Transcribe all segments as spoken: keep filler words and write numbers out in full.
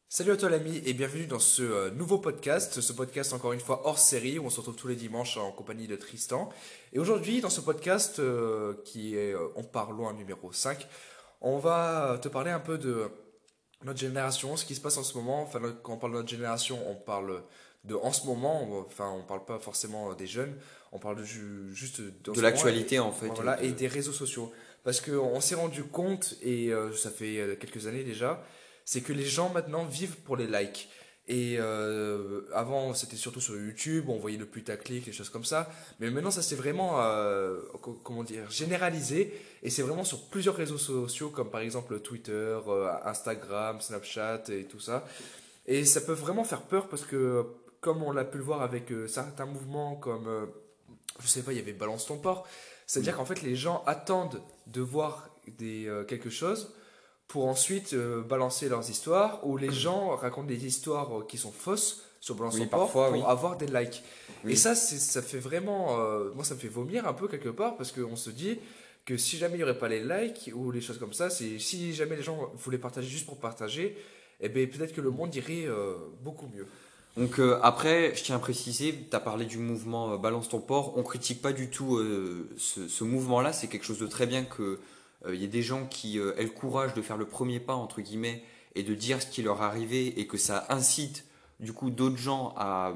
Salut à toi l'ami et bienvenue dans ce euh, nouveau podcast, ce podcast encore une fois hors série où on se retrouve tous les dimanches en compagnie de Tristan. Et aujourd'hui dans ce podcast euh, qui est euh, On part loin numéro cinq, on va te parler un peu de notre génération, ce qui se passe en ce moment. Enfin notre- quand on parle de notre génération, on parle de en ce moment, on- enfin on parle pas forcément des jeunes, on parle de ju- juste d'en De ce moment et, l'actualité en fait. voilà, et De... des réseaux sociaux. Parce qu'on s'est rendu compte, et euh, ça fait euh, quelques années déjà, c'est que les gens maintenant vivent pour les likes. Et euh, avant, c'était surtout sur YouTube, on voyait le putaclic, les choses comme ça. Mais maintenant, ça s'est vraiment, euh, co- comment dire, généralisé. Et c'est vraiment sur plusieurs réseaux sociaux, comme par exemple Twitter, euh, Instagram, Snapchat et tout ça. Et ça peut vraiment faire peur parce que, comme on l'a pu le voir avec euh, certains mouvements, comme, euh, je sais pas, il y avait Balance ton port. C'est-à-dire Oui. qu'en fait, les gens attendent de voir des, euh, quelque chose pour ensuite euh, balancer leurs histoires, ou les gens racontent des histoires euh, qui sont fausses sur Balance Oui, ton port parfois, oui. pour avoir des likes. Et Oui. ça, c'est- ça fait vraiment. Euh, moi, ça me fait vomir un peu quelque part parce qu'on se dit que si jamais il n'y aurait pas les likes ou les choses comme ça, c'est si jamais les gens voulaient partager juste pour partager, eh ben, peut-être que le monde irait euh, beaucoup mieux. Donc euh, après, je tiens à préciser, tu as parlé du mouvement euh, Balance ton port. On critique pas du tout euh, ce, ce mouvement-là. C'est quelque chose de très bien que euh, il y ait des gens qui euh, aient le courage de faire le premier pas entre guillemets et de dire ce qui leur est arrivé et que ça incite du coup d'autres gens à,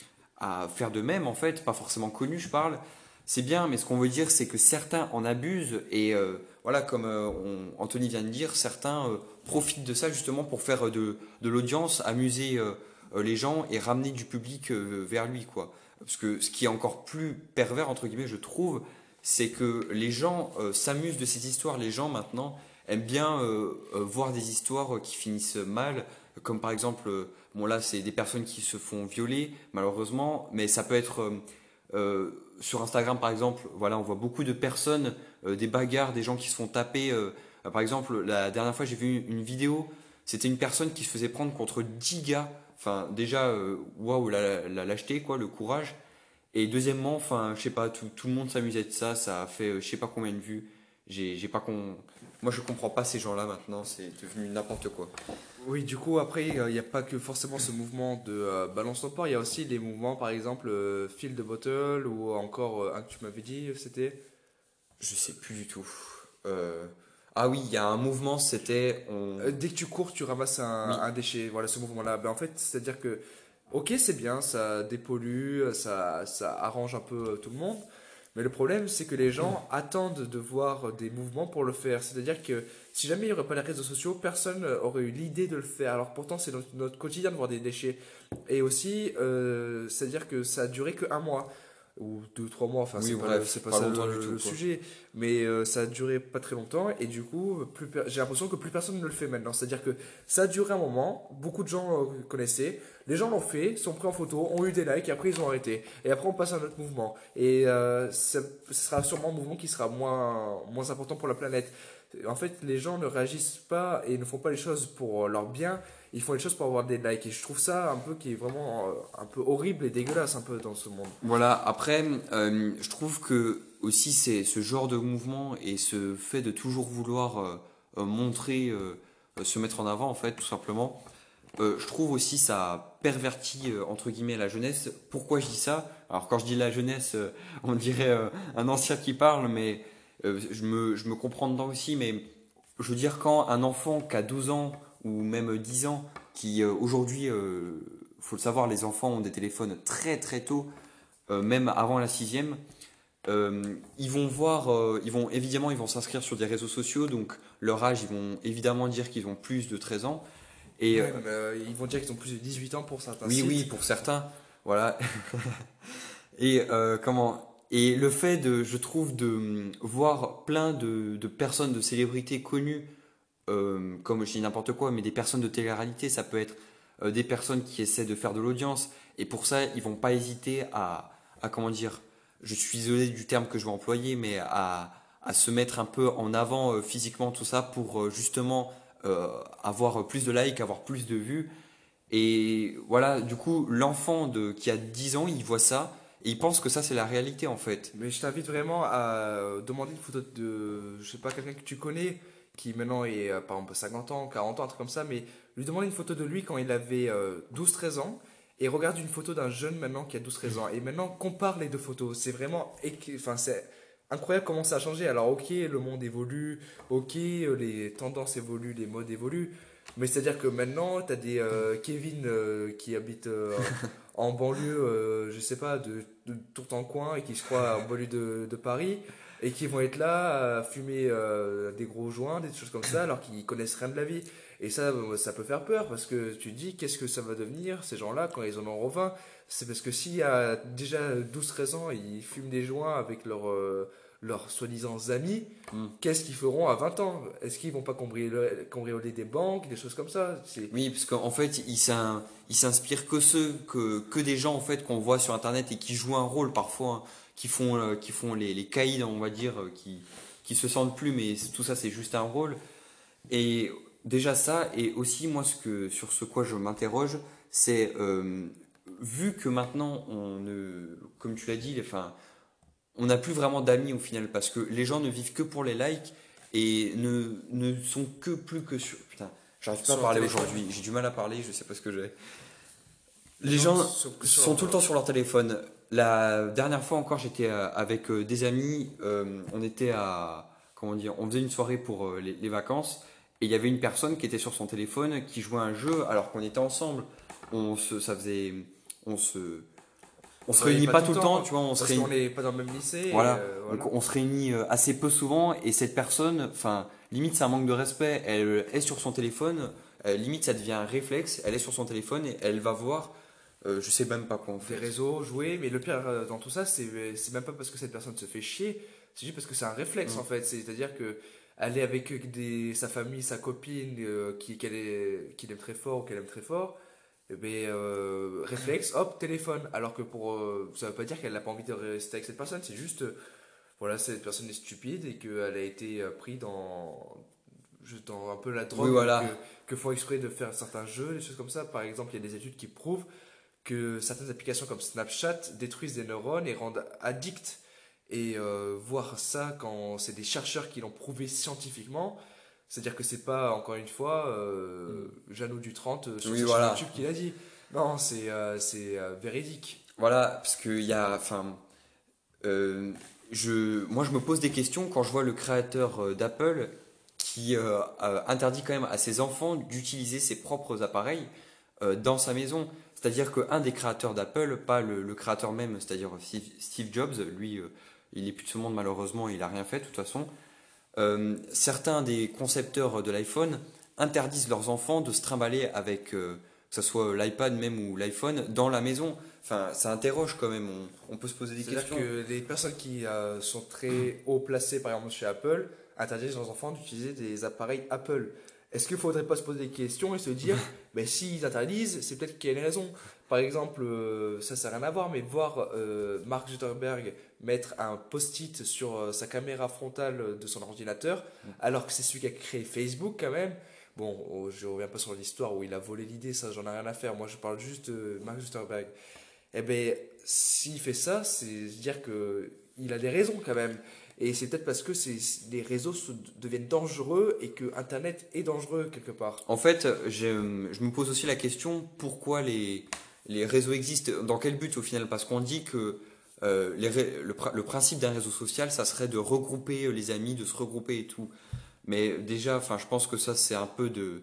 à faire de même en fait, pas forcément connus, je parle. C'est bien, mais ce qu'on veut dire, c'est que certains en abusent et euh, voilà, comme euh, on- Anthony vient de dire, certains euh, profitent de ça justement pour faire de, de l'audience, amuser euh, euh, les gens et ramener du public euh, vers lui, quoi. Parce que ce qui est encore plus pervers, entre guillemets, je trouve, c'est que les gens euh, s'amusent de ces histoires. Les gens maintenant aiment bien euh, euh, voir des histoires qui finissent mal, comme par exemple, euh, bon là c'est des personnes qui se font violer malheureusement, mais ça peut être euh, euh, sur Instagram par exemple, voilà on voit beaucoup de personnes, euh, des bagarres, des gens qui se font taper. Euh, par exemple, la dernière fois j'ai vu une vidéo, c'était une personne qui se faisait prendre contre dix gars. Enfin déjà, euh, waouh la, la lâcheté quoi, le courage. Et deuxièmement, enfin, je sais pas, tout, tout le monde s'amusait de ça, ça a fait euh, je sais pas combien de vues. J'ai, j'ai pas con... Moi je comprends pas ces gens-là maintenant, c'est devenu n'importe quoi. Oui, du coup, après, il n'y a pas que forcément ce mouvement de euh, balance ton port, il y a aussi les mouvements, par exemple, euh, fil de bottle, ou encore euh, un que tu m'avais dit, c'était. Je sais plus du tout. Euh, Ah oui, il y a un mouvement, c'était on... Euh, dès que tu cours, tu ramasses un, Oui, un déchet. Voilà, ce mouvement-là. Ben, en fait, c'est-à-dire que, ok, c'est bien, ça dépollue, ça, ça arrange un peu euh, tout le monde. Mais le problème, c'est que les gens attendent de voir des mouvements pour le faire. C'est-à-dire que si jamais il n'y aurait pas les réseaux sociaux, personne euh, aurait eu l'idée de le faire. Alors pourtant, c'est notre, notre quotidien de voir des déchets. Et aussi, euh, c'est-à-dire que ça a duré que un mois ou deux trois mois, enfin oui, c'est pas le, c'est bref, pas pas ça longtemps du le, tout, le quoi. sujet, mais euh, ça a duré pas très longtemps et du coup plus per- j'ai l'impression que plus personne ne le fait maintenant. C'est à dire que ça a duré un moment, beaucoup de gens euh, connaissaient, les gens l'ont fait, sont pris en photo, ont eu des likes et après ils ont arrêté, et après on passe à un autre mouvement et euh, ça, ce sera sûrement un mouvement qui sera moins, moins important pour la planète. En fait, les gens ne réagissent pas et ne font pas les choses pour leur bien, ils font les choses pour avoir des likes. Et je trouve ça un peu qui est vraiment euh, un peu horrible et dégueulasse un peu dans ce monde. Voilà, après, euh, je trouve que aussi c'est ce genre de mouvement et ce fait de toujours vouloir euh, euh, montrer, euh, euh, se mettre en avant en fait, tout simplement, euh, je trouve aussi ça pervertit euh, entre guillemets la jeunesse. Pourquoi je dis ça? Alors quand je dis la jeunesse, euh, on dirait euh, un ancien qui parle, mais euh, je me, je me comprends dedans aussi, mais je veux dire, quand un enfant qui a douze ans ou même dix ans, qui euh, aujourd'hui, euh, faut le savoir, les enfants ont des téléphones très très tôt, euh, même avant la sixième, euh, ils vont voir, euh, ils vont évidemment, ils vont s'inscrire sur des réseaux sociaux, donc leur âge, ils vont évidemment dire qu'ils ont plus de treize ans. Et euh, Même, euh, ils vont dire qu'ils ont plus de dix-huit ans pour certains oui, oui, sites. pour certains, voilà. Et euh, comment? Et le fait de, je trouve, de hum, voir plein de, de personnes, de célébrités connues, euh, comme je dis n'importe quoi, mais des personnes de télé-réalité, ça peut être euh, des personnes qui essaient de faire de l'audience, et pour ça, ils vont pas hésiter à, à comment dire, je suis désolé du terme que je vais employer, mais à, à se mettre un peu en avant euh, physiquement, tout ça, pour euh, justement euh, avoir plus de likes, avoir plus de vues. Et voilà, du coup, l'enfant de, qui a dix ans, il voit ça, et il pense que ça, c'est la réalité, en fait. Mais je t'invite vraiment à demander une photo de, je sais pas, quelqu'un que tu connais qui maintenant est euh, par exemple cinquante ans, quarante ans, un truc comme ça, mais lui demande une photo de lui quand il avait euh, douze treize ans et regarde une photo d'un jeune maintenant qui a douze treize ans et maintenant compare les deux photos. C'est vraiment écl- enfin, c'est incroyable comment ça a changé. Alors ok, le monde évolue, ok, euh, les tendances évoluent, les modes évoluent, mais c'est-à-dire que maintenant, tu as des euh, Kevin euh, qui habitent euh, en banlieue, euh, je sais pas, de, de Tourtancoing et qui se croient en banlieue de, de Paris et qui vont être là à fumer euh, des gros joints, des choses comme ça, alors qu'ils connaissent rien de la vie. Et ça, euh, ça peut faire peur parce que tu te dis, qu'est-ce que ça va devenir, ces gens-là, quand ils en auront vingt. C'est parce que s'il y a déjà douze treize ans, ils fument des joints avec leurs euh, leurs soi-disant amis, Mm. qu'est-ce qu'ils feront à vingt ans? Est-ce qu'ils vont pas cambrioler, cambrioler des banques, des choses comme ça? C'est... Oui, parce qu'en fait, il s'in- il s'inspire que ceux, que, que des gens en fait qu'on voit sur Internet et qui jouent un rôle parfois, hein, qui font, euh, qui font les, les caïds, on va dire, euh, qui, qui se sentent plus, mais tout ça c'est juste un rôle. Et déjà ça, et aussi moi ce que, sur ce quoi je m'interroge, c'est euh, vu que maintenant on ne, comme tu l'as dit, enfin, on n'a plus vraiment d'amis au final parce que les gens ne vivent que pour les likes et ne, ne sont que plus que sur. Putain, j'arrive pas Sur à leur parler téléphone. aujourd'hui, j'ai du mal à parler, je sais pas ce que j'ai. Les Les gens gens sont que sur sont leur- tout le temps sur leur téléphone. La dernière fois encore, j'étais euh, avec euh, des amis, euh, on était à. Comment dire? On faisait une soirée pour euh, les, les vacances et il y avait une personne qui était sur son téléphone qui jouait à un jeu alors qu'on était ensemble. On se, ça faisait. On se. On On se se voyait réunit pas pas tout tout le le temps, temps tu vois, on se parce réunit. qu'on n'est pas dans le même lycée. Et, Voilà, euh, donc voilà. on se réunit euh, assez peu souvent et cette personne, enfin, limite c'est un manque de respect, elle est sur son téléphone, euh, limite ça devient un réflexe, elle est sur son téléphone et elle va voir, euh, je sais même pas quoi en Des fait. réseaux, jouer, mais le pire euh, dans tout ça, c'est c'est même pas parce que cette personne se fait chier, c'est juste parce que c'est un réflexe Mm. en fait. C'est-à-dire que aller avec euh, des, sa famille, sa copine, euh, qui, qu'elle est, qu'il aime très fort ou qu'elle aime très fort, eh ben, euh, réflexe, hop, téléphone. Alors que pour, euh, ça veut pas dire qu'elle n'a pas envie de rester avec cette personne, c'est juste, euh, voilà, cette personne est stupide et qu'elle a été euh, prise dans, juste dans un peu la Oui drogue que, voilà, que font exprès de faire certains jeux, des choses comme ça. Par exemple, il y a des études qui prouvent que certaines applications comme Snapchat détruisent des neurones et rendent addicts. Et euh, voir ça quand c'est des chercheurs qui l'ont prouvé scientifiquement, c'est-à-dire que c'est pas, encore une fois, euh, Jeannot du trente euh, sur oui sa chaîne voilà, YouTube qui l'a dit. Non, c'est euh, c'est euh, véridique. voilà, parce qu'il y a, enfin, euh, je, moi je me pose des questions quand je vois le créateur euh, d'Apple qui euh, euh, interdit quand même à ses enfants d'utiliser ses propres appareils euh, dans sa maison. C'est-à-dire qu'un des créateurs d'Apple, pas le, le créateur même, c'est-à-dire Steve, Steve Jobs, lui, euh, il est plus de ce monde malheureusement, il n'a rien fait de toute façon. Euh, certains des concepteurs de l'iPhone interdisent leurs enfants de se trimballer avec, euh, que ce soit l'iPad même ou l'iPhone, dans la maison. Enfin, ça interroge quand même, on, on peut se poser des C'est-à-dire questions. que les personnes qui euh, sont très haut placées, par exemple chez Apple, interdisent leurs enfants d'utiliser des appareils Apple. Est-ce qu'il ne faudrait pas se poser des questions et se dire, ben, s'ils interdisent, c'est peut-être qu'il y a une raison. Par exemple, euh, ça, ça n'a rien à voir, mais voir euh, Mark Zuckerberg mettre un post-it sur euh, sa caméra frontale de son ordinateur, alors que c'est celui qui a créé Facebook quand même. Bon, oh, je ne reviens pas sur l'histoire où il a volé l'idée, ça, j'en ai rien à faire. Moi, je parle juste de Mark Zuckerberg. Eh bien, s'il fait ça, c'est dire que il a des raisons quand même. Et c'est peut-être parce que c'est- les réseaux se- deviennent dangereux et que Internet est dangereux quelque part. En fait, je, je me pose aussi la question pourquoi les, les réseaux existent, dans quel but au final? Parce qu'on dit que euh, les ré- le, pr- le principe d'un réseau social, ça serait de regrouper les amis, de se regrouper et tout. Mais déjà, enfin, je pense que ça, c'est un peu de,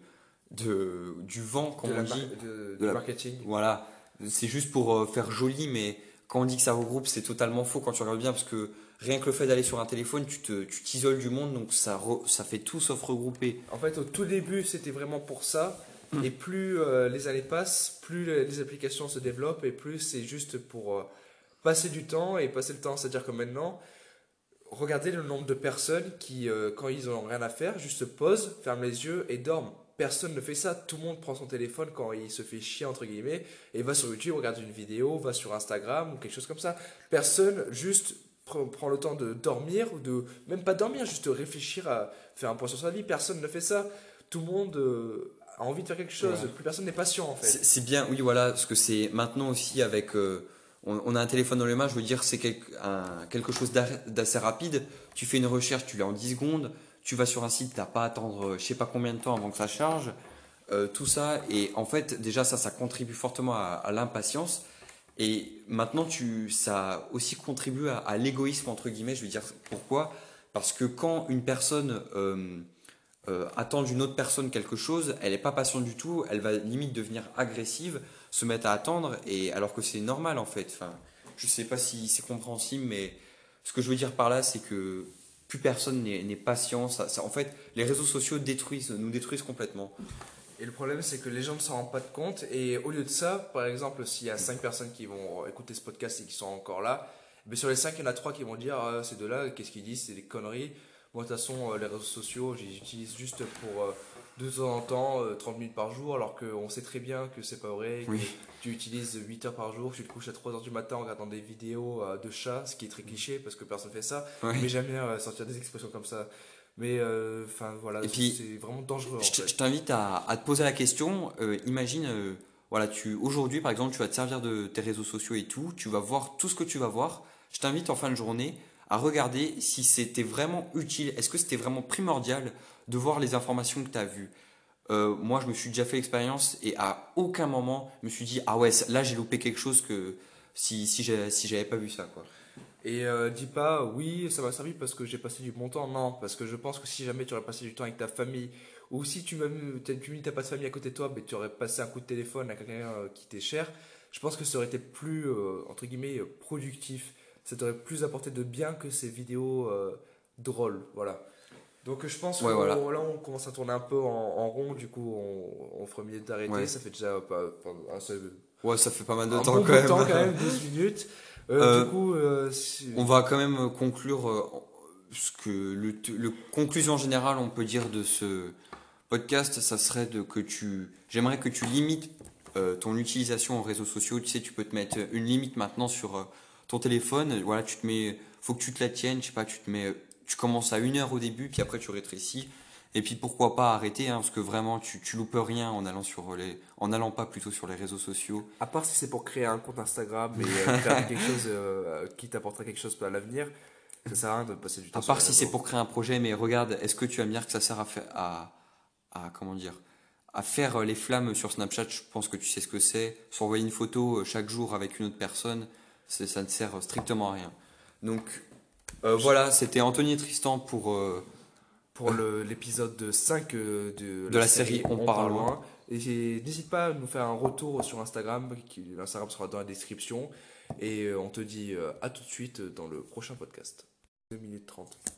de, du vent, De comme on la mar- dit. de- De du la, marketing. voilà, c'est juste pour euh, faire joli, mais quand on dit que ça regroupe, c'est totalement faux quand tu regardes bien, parce que rien que le fait d'aller sur un téléphone, tu te, tu t'isoles du monde, donc ça, re- ça fait tout sauf regrouper. En fait, au tout début, c'était vraiment pour ça. Et plus euh, les années passent, plus le- les applications se développent et plus c'est juste pour euh, passer du temps et passer le temps. C'est-à-dire que maintenant, regardez le nombre de personnes qui, euh, quand ils n'ont rien à faire, juste se posent, ferment les yeux et dorment. Personne ne fait ça. Tout le monde prend son téléphone quand il se fait chier, entre guillemets, et va sur YouTube, regarde une vidéo, va sur Instagram ou quelque chose comme ça. Personne juste pre- prend le temps de dormir ou de même pas dormir, juste réfléchir à faire un point sur sa vie. Personne ne fait ça. Tout le monde euh, a envie de faire quelque chose. Voilà. Plus personne n'est patient en C'est fait. c'est bien, oui, voilà, parce que c'est maintenant aussi avec. euh, on, on a un téléphone dans les mains, je veux dire, c'est quelque, un- quelque chose d'ar- d'assez rapide. Tu fais une recherche, tu l'as en dix secondes. tu vas sur un site, t'as pas à attendre euh, je sais pas combien de temps avant que ça charge. Euh, tout ça, et en fait, déjà ça, ça contribue fortement à, à l'impatience. Et maintenant, tu, ça aussi contribue à, à l'égoïsme, entre guillemets. Je vais dire pourquoi. Parce que quand une personne euh, euh, attend d'une autre personne quelque chose, elle n'est pas patiente du tout, elle va limite devenir agressive, se mettre à attendre, et alors que c'est normal en fait. Enfin, je ne sais pas si c'est compréhensible, mais ce que je veux dire par là, c'est que plus personne n'est n'est patient. Ça, ça- en fait, les réseaux sociaux détruisent, nous détruisent complètement. Et le problème, c'est que les gens ne s'en rendent pas de compte. Et au lieu de ça, par exemple, s'il y a cinq personnes qui vont écouter ce podcast et qui sont encore là, mais sur les cinq, il y en a trois qui vont dire ah, ces deux-là, qu'est-ce qu'ils disent? C'est des conneries. Moi, de toute façon, euh, les réseaux sociaux, j'utilise juste pour euh, de temps en temps, euh, trente minutes par jour, alors qu'on sait très bien que c'est pas vrai, que Oui, tu utilises huit heures par jour, que tu te couches à trois heures du matin en regardant des vidéos euh, de chats, ce qui est très cliché parce que personne fait ça. ouais. Mais j'aime bien euh, sortir des expressions comme ça. Mais euh, enfin voilà, Et puis, c'est vraiment dangereux en je t- je fait. t'invite à, à te poser la question. Euh, imagine, euh, voilà, tu aujourd'hui, par exemple, tu vas te servir de tes réseaux sociaux et tout. Tu vas voir tout ce que tu vas voir. Je t'invite en fin de journée à regarder si c'était vraiment utile. Est-ce que c'était vraiment primordial de voir les informations que tu as vues? Euh, moi, je me suis déjà fait l'expérience et à aucun moment, je me suis dit, ah ouais, là, j'ai loupé quelque chose que si, si j'ai- si j'avais pas vu ça, quoi. Et euh, dis pas oui, ça m'a servi parce que j'ai passé du bon temps. Non, parce que je pense que si jamais tu aurais passé du temps avec ta famille, ou si tu même tu me dis t'as pas de famille à côté de toi, mais tu aurais passé un coup de téléphone à quelqu'un euh, qui t'est cher, je pense que ça aurait été plus euh, entre guillemets euh, productif. Ça t'aurait plus apporté de bien que ces vidéos euh, drôles, voilà. Donc je pense que Ouais, voilà. là on commence à tourner un peu en, en rond, du coup on, on ferait mieux d'arrêter. Ouais. Ça fait déjà pas, pas- un, seul- Ouais, ça fait pas mal de un temps bon quand bout de même. temps quand même, douze minutes. Euh, du Euh, coup, euh, si- On va quand même conclure euh, ce que le, le conclusion générale, on peut dire de ce podcast, ça serait de que tu, j'aimerais que tu limites euh, ton utilisation en réseaux sociaux. Tu sais, tu peux te mettre une limite maintenant sur euh, ton téléphone. Voilà, tu te mets, faut que tu te la tiennes. Je sais pas, tu te mets, tu commences à une heure au début, puis après tu rétrécis. Et puis pourquoi pas arrêter, hein, parce que vraiment tu, tu loupes rien en allant sur les, en allant pas plutôt sur les réseaux sociaux. À part si c'est pour créer un compte Instagram et euh, faire quelque chose euh, qui t'apportera quelque chose à l'avenir, ça sert à rien de passer du À temps sur part les si c'est réseaux. pour créer un projet, mais regarde, est-ce que tu vas me dire que ça sert à faire, à, à comment dire, à faire euh, les flammes sur Snapchat? Je pense que tu sais ce que c'est. S'envoyer une photo euh, chaque jour avec une autre personne, c'est- ça ne sert strictement à rien. Donc euh, Je- voilà, c'était Anthony et Tristan pour euh, Pour le- l'épisode cinq euh, de de la la série série On On part part loin. loin. Et j'ai- n'hésite pas à nous faire un retour sur Instagram, qui, l'Instagram sera dans la description. Et euh, on te dit euh, à tout de suite dans le prochain podcast. deux minutes trente.